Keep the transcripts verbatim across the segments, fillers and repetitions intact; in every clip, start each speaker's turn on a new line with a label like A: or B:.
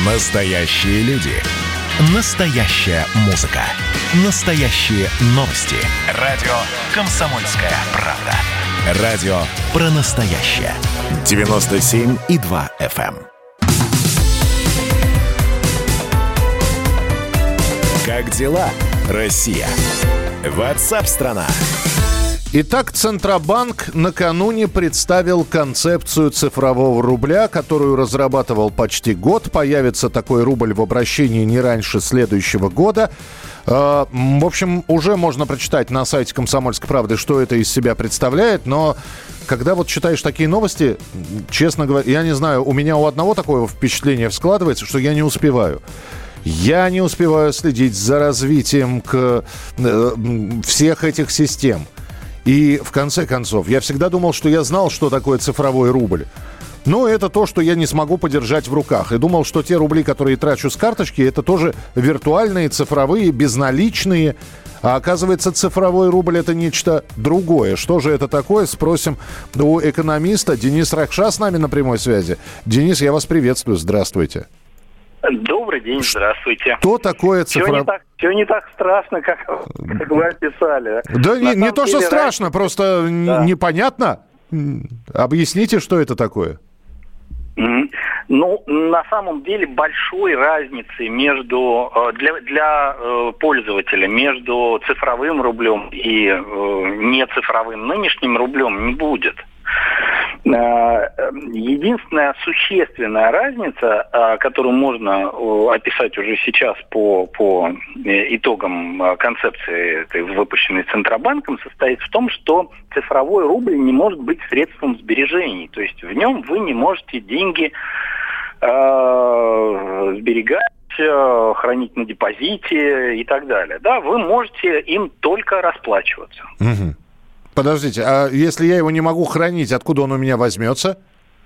A: Настоящие люди. Настоящая музыка. Настоящие новости. Радио «Комсомольская правда». Радио про настоящее. девяносто семь и два эф эм. Как дела, Россия? Ватсап-страна!
B: Итак, Центробанк накануне представил концепцию цифрового рубля, которую разрабатывал почти год. Появится такой рубль в обращении не раньше следующего года. В общем, уже можно прочитать на сайте «Комсомольской правды», что это из себя представляет, но когда вот читаешь такие новости, честно говоря, я не знаю, у меня у одного такое впечатление складывается, что я не успеваю. Я не успеваю следить за развитием к, э, всех этих систем. И в конце концов, я всегда думал, что я знал, что такое цифровой рубль. Но это то, что я не смогу подержать в руках. И думал, что те рубли, которые трачу с карточки, это тоже виртуальные, цифровые, безналичные. А оказывается, цифровой рубль – это нечто другое. Что же это такое? Спросим у экономиста. Денис Ракша с нами на прямой связи. Денис, я вас приветствую. Здравствуйте.
C: Добрый день, здравствуйте.
B: Что такое цифровой...
C: Все не так, все не так страшно, как, как вы описали.
B: Да не, не то, что
C: деле,
B: страшно, раньше... просто да. непонятно. Объясните, что это такое?
C: Mm-hmm. Ну, на самом деле большой разницы между для, для пользователя между цифровым рублем и нецифровым нынешним рублем не будет. Единственная существенная разница, которую можно описать уже сейчас по, по итогам концепции, этой, выпущенной Центробанком, состоит в том, что цифровой рубль не может быть средством сбережений. То есть в нем вы не можете деньги э, сберегать, хранить на депозите и так далее. Да, вы можете им только расплачиваться.
B: Угу. Подождите, а если я его не могу хранить, откуда он у меня возьмется?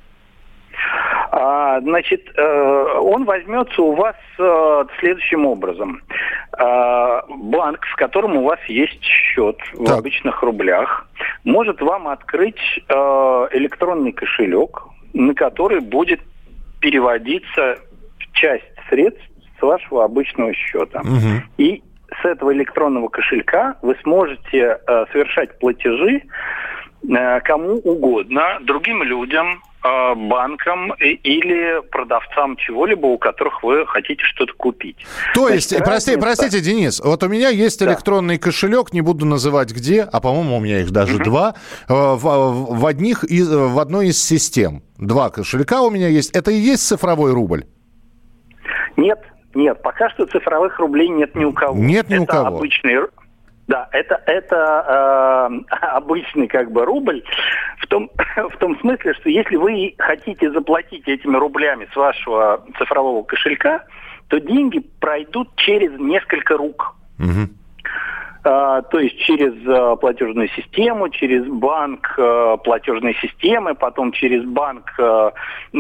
C: А, значит, э, он возьмется у вас э, следующим образом. Э, банк, в котором у вас есть счет в
B: так.
C: обычных рублях, может вам открыть э, электронный кошелек, на который будет переводиться часть средств с вашего обычного счета.
B: Угу. И
C: с этого электронного кошелька вы сможете э, совершать платежи э, кому угодно, другим людям, э, банкам и, или продавцам чего-либо, у которых вы хотите что-то купить.
B: То есть, Значит, прости, разница... простите, Денис, вот у меня есть да. электронный кошелек, не буду называть где, а, по-моему, у меня их даже uh-huh. два, э, в, в, одних из, в одной из систем. Два кошелька у меня есть. Это и есть цифровой рубль?
C: Нет. Нет, пока что цифровых рублей нет ни у кого.
B: Нет ни
C: это
B: у кого.
C: Обычный, да, это, это э, обычный как бы рубль в том, в том смысле, что если вы хотите заплатить этими рублями с вашего цифрового кошелька, то деньги пройдут через несколько рук. Угу. Uh, то есть через uh, платежную систему, через банк uh, платежной системы, потом через банк uh,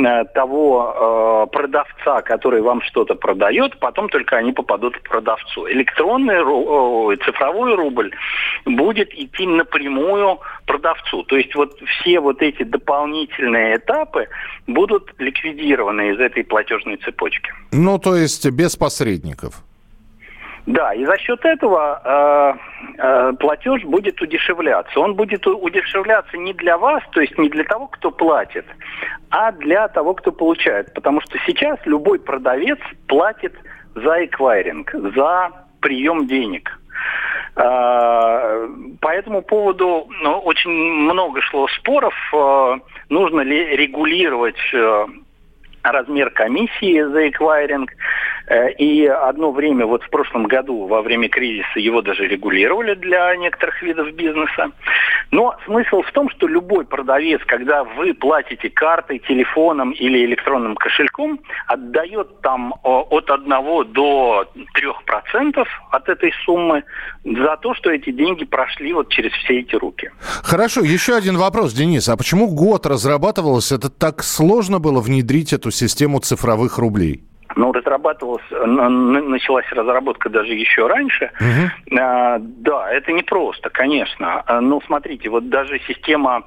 C: того uh, продавца, который вам что-то продает, потом только они попадут к продавцу. Электронный ру- uh, цифровой рубль будет идти напрямую продавцу. То есть вот все вот эти дополнительные этапы будут ликвидированы из этой платежной цепочки.
B: Ну, то есть без посредников.
C: Да, и за счет этого э, э, платеж будет удешевляться. Он будет удешевляться не для вас, то есть не для того, кто платит, а для того, кто получает. Потому что сейчас любой продавец платит за эквайринг, за прием денег. Э, по этому поводу ну, очень много шло споров, э, нужно ли регулировать э, размер комиссии за эквайринг. И одно время, вот в прошлом году, во время кризиса, его даже регулировали для некоторых видов бизнеса. Но смысл в том, что любой продавец, когда вы платите картой, телефоном или электронным кошельком, отдает там от одного до трёх процентов от этой суммы за то, что эти деньги прошли вот через все эти руки.
B: Хорошо, еще один вопрос, Денис. А почему год разрабатывалось? Это так сложно было внедрить эту систему цифровых рублей?
C: Ну, разрабатывалась, началась разработка даже еще раньше. Uh-huh. А, да, это непросто, конечно. Но смотрите, вот даже система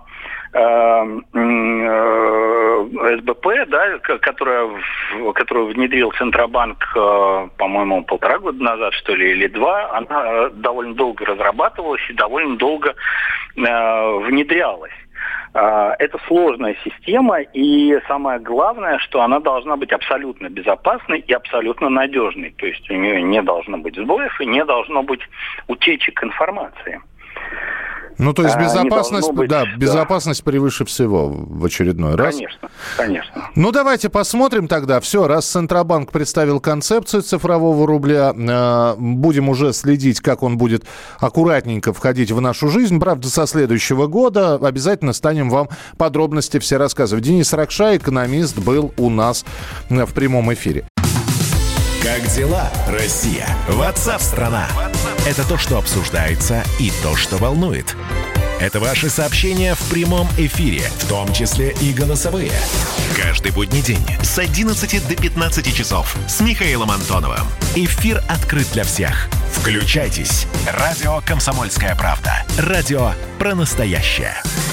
C: эс бэ пэ, да, которая, которую внедрил Центробанк, по-моему, полтора года назад, что ли, или два, она довольно долго разрабатывалась и довольно долго внедрялась. Это сложная система, и самое главное, что она должна быть абсолютно безопасной и абсолютно надежной. То есть у нее не должно быть сбоев и не должно быть утечек информации.
B: Ну, то есть безопасность,
C: быть,
B: да, безопасность да. превыше всего в очередной раз.
C: Конечно, конечно.
B: Ну, давайте посмотрим тогда. Все, раз Центробанк представил концепцию цифрового рубля, э, будем уже следить, как он будет аккуратненько входить в нашу жизнь. Правда, со следующего года обязательно станем вам подробности все рассказывать. Денис Ракша, экономист, был у нас в прямом эфире.
A: Как дела, Россия? Ватсап-страна! Это то, что обсуждается, и то, что волнует. Это ваши сообщения в прямом эфире, в том числе и голосовые. Каждый будний день с одиннадцати до пятнадцати часов с Михаилом Антоновым. Эфир открыт для всех. Включайтесь. Радио «Комсомольская правда». Радио про настоящее.